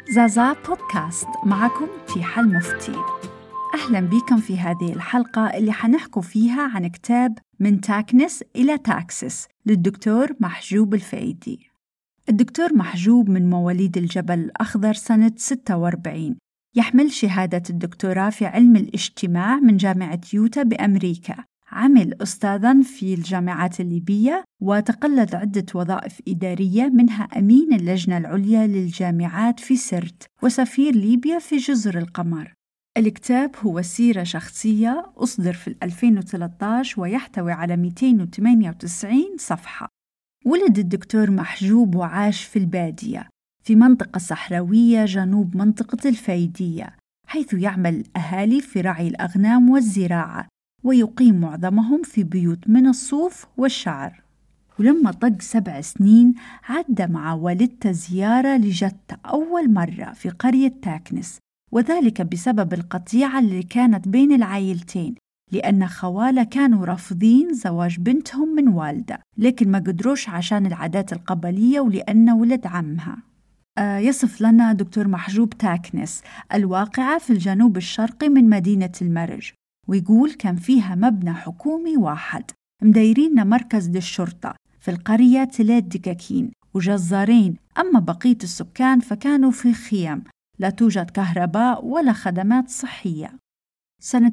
زازا بودكاست معكم في حل مفتي. أهلا بكم في هذه الحلقة اللي حنحكوا فيها عن كتاب من تاكنس إلى تاكسس للدكتور محجوب الفايدي. الدكتور محجوب من مواليد الجبل الأخضر سنة 46، يحمل شهادة الدكتوراه في علم الاجتماع من جامعة يوتا بأمريكا. عمل أستاذاً في الجامعات الليبية وتقلد عدة وظائف إدارية، منها أمين اللجنة العليا للجامعات في سرت وسفير ليبيا في جزر القمر. الكتاب هو سيرة شخصية، أصدر في 2013 ويحتوي على 298 صفحة. ولد الدكتور محجوب وعاش في البادية في منطقة صحراوية جنوب منطقة الفايدية، حيث يعمل الأهالي في رعي الأغنام والزراعة، ويقيم معظمهم في بيوت من الصوف والشعر. ولما طق 7 سنين عاد مع والدته زيارة لجدته أول مرة في قرية تاكنس، وذلك بسبب القطيعة اللي كانت بين العائلتين، لأن خواله كانوا رافضين زواج بنتهم من والده، لكن ما قدروش عشان العادات القبلية ولأن ولد عمها. يصف لنا دكتور محجوب تاكنس الواقعة في الجنوب الشرقي من مدينة المرج، ويقول كان فيها مبنى حكومي واحد مدايرين مركز للشرطة، في القرية 3 دكاكين وجزارين، أما بقية السكان فكانوا في خيام، لا توجد كهرباء ولا خدمات صحية. سنة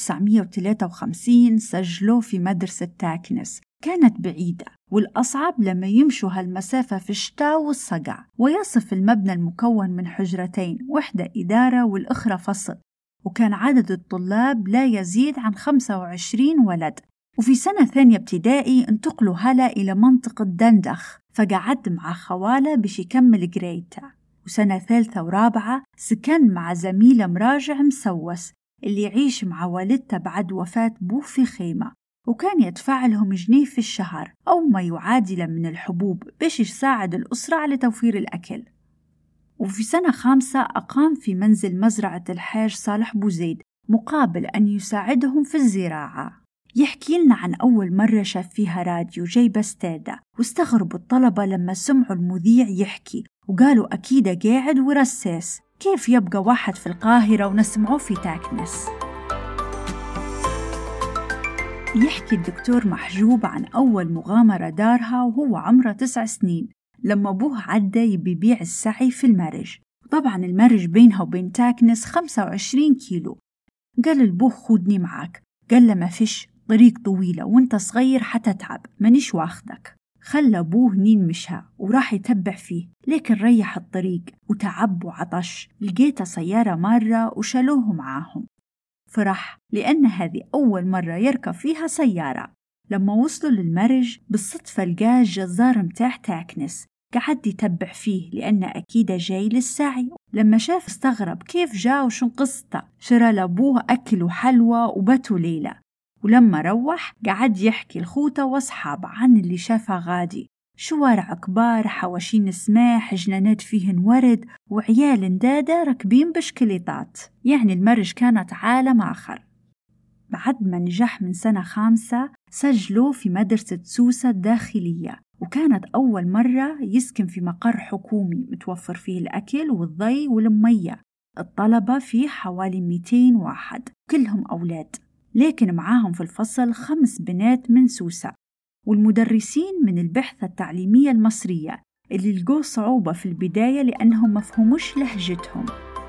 1953 سجلوا في مدرسة تاكنس، كانت بعيدة والأصعب لما يمشوا هالمسافة في الشتاء والصقع. ويصف المبنى المكون من حجرتين، واحدة إدارة والأخرى فصل، وكان عدد الطلاب لا يزيد عن 25 ولد. وفي سنة 2 ابتدائي انتقلوا هلا إلى منطقة دندخ، فقعد مع خواله باش يكمل قريته. وسنة 3 و4 سكن مع زميله مراجع مسوس اللي يعيش مع والدته بعد وفاة بوه في خيمة، وكان يدفع لهم جنيه في الشهر أو ما يعادل من الحبوب باش يساعد الأسرة على توفير الأكل. وفي سنة 5 أقام في منزل مزرعة الحاج صالح بوزيد مقابل أن يساعدهم في الزراعة. يحكي لنا عن أول مرة شاف فيها راديو جايب استادة، واستغربوا الطلبة لما سمعوا المذيع يحكي، وقالوا أكيد قاعد ورساس، كيف يبقى واحد في القاهرة ونسمعه في تاكنس. يحكي الدكتور محجوب عن أول مغامرة دارها وهو عمره 9 سنين، لما أبوه عدى يبيع السعي في المرج. طبعا المرج بينها وبين تاكنس 25 كيلو. قال لأبوه خودني معك، قال له ما فيش، طريق طويلة وانت صغير حتتعب، مانيش واخدك. خلى أبوه نين مشى وراح يتبع فيه، لكن ريح الطريق وتعب وعطش. لقيت سيارة مرة وشالوه معاهم. فرح لأن هذه أول مرة يركب فيها سيارة. لما وصلوا للمرج بالصدفة لقاه الجزار متاع تاكنس قعد يتبع فيه، لأنه أكيد جاي للسعي. لما شاف استغرب كيف جاء وشن قصته، شرى لأبوه أكل وحلوى وباتوا ليلة. ولما روح قعد يحكي الخوته واصحابه عن اللي شافه غادي، شوارع كبار، حواشين سماح، جنانات فيهن ورد، وعيال ندادة ركبين بشكليطات، يعني المرج كانت عالم آخر. بعد ما نجح من سنة 5 سجلوا في مدرسة سوسة الداخلية، وكانت أول مرة يسكن في مقر حكومي متوفر فيه الأكل والضي والمية. الطلبة فيه حوالي 200 واحد كلهم أولاد، لكن معاهم في الفصل 5 بنات من سوسة، والمدرسين من البحثة التعليمية المصرية اللي لقوا صعوبة في البداية لأنهم مفهموش لهجتهم.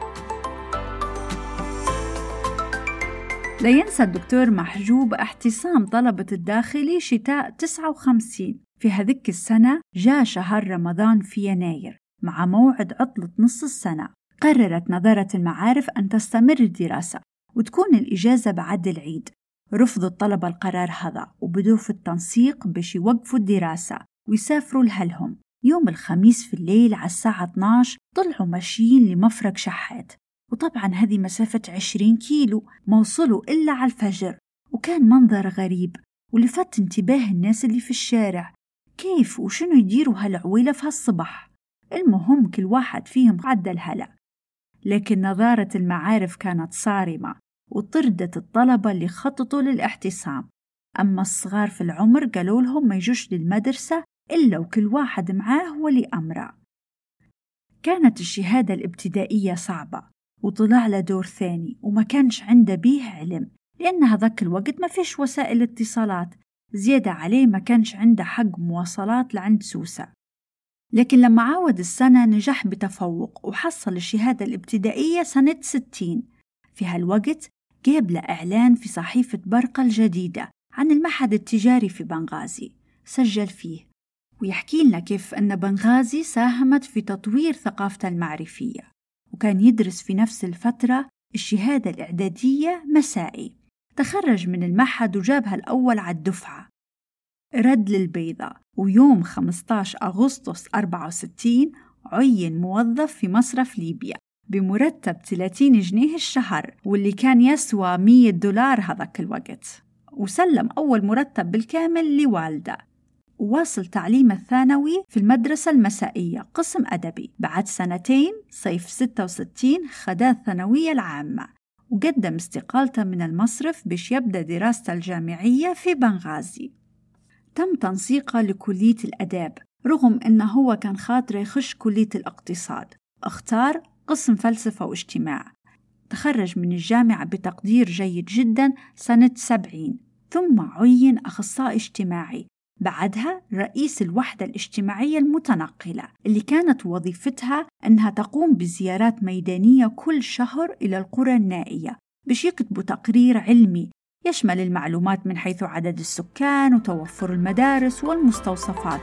لا ينسى الدكتور محجوب احتسام طلبة الداخلي شتاء 59. في هذيك السنة جاء شهر رمضان في يناير مع موعد عطلة نص السنة. قررت نظارة المعارف أن تستمر الدراسة وتكون الإجازة بعد العيد. رفضوا الطلبة القرار هذا وبدوا في التنسيق باش يوقفوا الدراسة ويسافروا لهلهم. يوم الخميس في الليل على الساعة 12 طلعوا ماشيين لمفرق شحات، وطبعا هذه مسافة 20 كيلو، ما وصلوا إلا على الفجر. وكان منظر غريب ولفت انتباه الناس اللي في الشارع، كيف وشنو يديروا هالعويلة في هالصبح. المهم كل واحد فيهم عدى الهلع، لكن نظارة المعارف كانت صارمة وطردت الطلبة اللي خططوا للاحتسام. أما الصغار في العمر قالوا لهم ما يجوش للمدرسة إلا وكل واحد معاه ولي أمره. كانت الشهادة الابتدائية صعبة، وطلع له دور ثاني وما كانش عنده بيه علم، لأن هذاك الوقت ما فيش وسائل اتصالات، زيادة عليه ما كانش عنده حق مواصلات لعند سوسة. لكن لما عاود السنة نجح بتفوق وحصل الشهادة الابتدائية سنة 60. في هالوقت جاب له إعلان في صحيفة برقة الجديدة عن المعهد التجاري في بنغازي، سجل فيه ويحكي لنا كيف أن بنغازي ساهمت في تطوير ثقافته المعرفية. وكان يدرس في نفس الفترة الشهادة الإعدادية مسائي. تخرج من المعهد وجابها الأول على الدفعة. رد للبيضة، ويوم 15 أغسطس 64 عين موظف في مصرف ليبيا بمرتب 30 جنيه الشهر، واللي كان يسوى $100 هذاك الوقت، وسلم أول مرتب بالكامل لوالده. وواصل تعليمه الثانوي في المدرسة المسائية قسم أدبي. بعد 2 صيف 66 خدا الثانوية العامة، وقدم استقالته من المصرف باش يبدأ دراسته الجامعية في بنغازي. تم تنسيقه لكلية الأداب رغم أنه هو كان خاطر يخش كلية الاقتصاد. اختار قسم فلسفة واجتماع. تخرج من الجامعة بتقدير جيد جدا سنة 70، ثم عين أخصائي اجتماعي، بعدها رئيس الوحدة الاجتماعية المتنقلة اللي كانت وظيفتها أنها تقوم بزيارات ميدانية كل شهر إلى القرى النائية باش يكتبوا تقرير علمي يشمل المعلومات من حيث عدد السكان وتوفر المدارس والمستوصفات.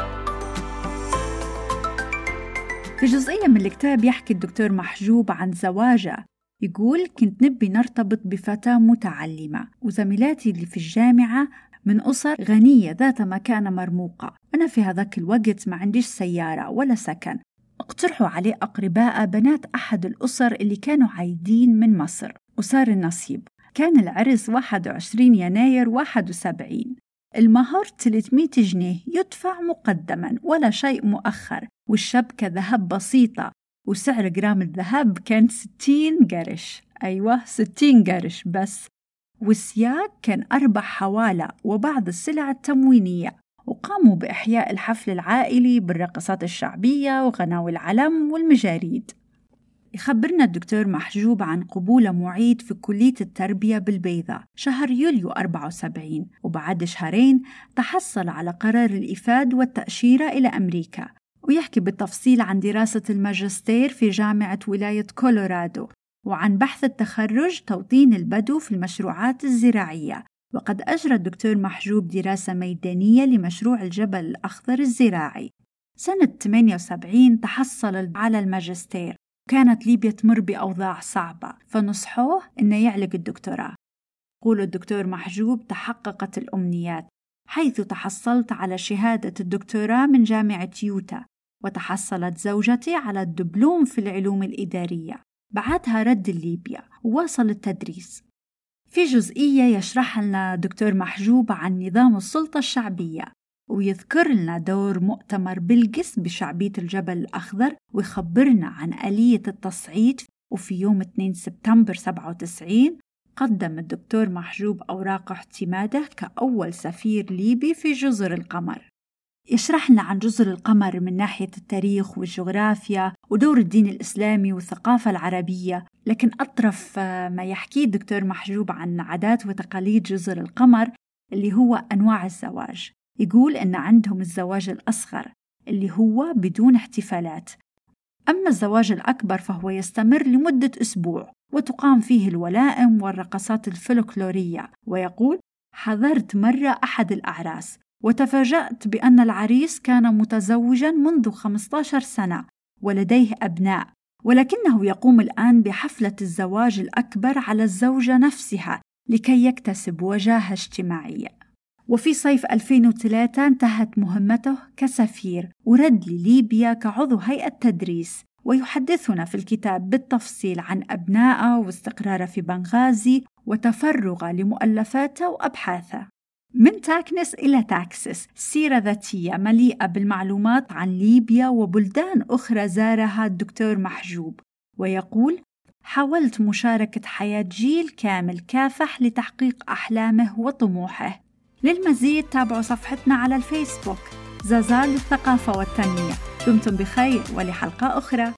في جزئية من الكتاب يحكي الدكتور محجوب عن زواجه. يقول: كنت نبي نرتبط بفتاة متعلمة، وزميلاتي اللي في الجامعة من أسر غنية ذات مكانة مرموقة. أنا في هذاك الوقت ما عنديش سيارة ولا سكن. اقترحوا عليه أقرباء بنات أحد الأسر اللي كانوا عايدين من مصر، وصار النصيب. كان العرس 21 يناير 71. المهر 300 جنيه يدفع مقدما ولا شيء مؤخر، والشبكة ذهب بسيطة، وسعر جرام الذهب كان 60 قرش. أيوة 60 قرش بس. والسياق كان 4 حوالة وبعض السلع التموينية. وقاموا بإحياء الحفل العائلي بالرقصات الشعبية وغناوي العلم والمجاريد. يخبرنا الدكتور محجوب عن قبول معيد في كلية التربية بالبيضة شهر يوليو 74، وبعد 2 شهر تحصل على قرار الإفاد والتأشيرة إلى أمريكا. ويحكي بالتفصيل عن دراسة الماجستير في جامعة ولاية كولورادو، وعن بحث التخرج توطين البدو في المشروعات الزراعية. وقد أجرى الدكتور محجوب دراسة ميدانية لمشروع الجبل الأخضر الزراعي. سنة 78 تحصل على الماجستير. كانت ليبيا تمر بأوضاع صعبة، فنصحوه إنه يعلق الدكتوراه. يقول الدكتور محجوب: تحققت الأمنيات، حيث تحصلت على شهادة الدكتوراه من جامعة يوتا، وتحصلت زوجتي على الدبلوم في العلوم الإدارية. بعدها رد ليبيا وواصل التدريس. في جزئية يشرح لنا دكتور محجوب عن نظام السلطة الشعبية، ويذكر لنا دور مؤتمر بلقس بشعبية الجبل الأخضر، ويخبرنا عن آلية التصعيد. وفي يوم 2 سبتمبر 97 قدم الدكتور محجوب أوراق اعتماده كأول سفير ليبي في جزر القمر. يشرح لنا عن جزر القمر من ناحية التاريخ والجغرافيا ودور الدين الإسلامي والثقافة العربية. لكن أطرف ما يحكي الدكتور محجوب عن عادات وتقاليد جزر القمر اللي هو أنواع الزواج. يقول إن عندهم الزواج الأصغر اللي هو بدون احتفالات، أما الزواج الأكبر فهو يستمر لمدة أسبوع، وتقام فيه الولائم والرقصات الفلكلورية. ويقول: حضرت مرة أحد الأعراس وتفاجأت بأن العريس كان متزوجا منذ 15 سنة ولديه أبناء، ولكنه يقوم الآن بحفلة الزواج الأكبر على الزوجة نفسها لكي يكتسب وجاهة اجتماعية. وفي صيف 2003 انتهت مهمته كسفير، ورد لليبيا كعضو هيئة تدريس. ويحدثنا في الكتاب بالتفصيل عن أبنائه واستقراره في بنغازي وتفرغه لمؤلفاته وأبحاثه. من تاكنس إلى تاكسس، سيرة ذاتية مليئة بالمعلومات عن ليبيا وبلدان أخرى زارها الدكتور محجوب. ويقول: حاولت مشاركة حياة جيل كامل كافح لتحقيق أحلامه وطموحه. للمزيد تابعوا صفحتنا على الفيسبوك. زازا للثقافة والتنمية. دمتم بخير ولحلقة أخرى.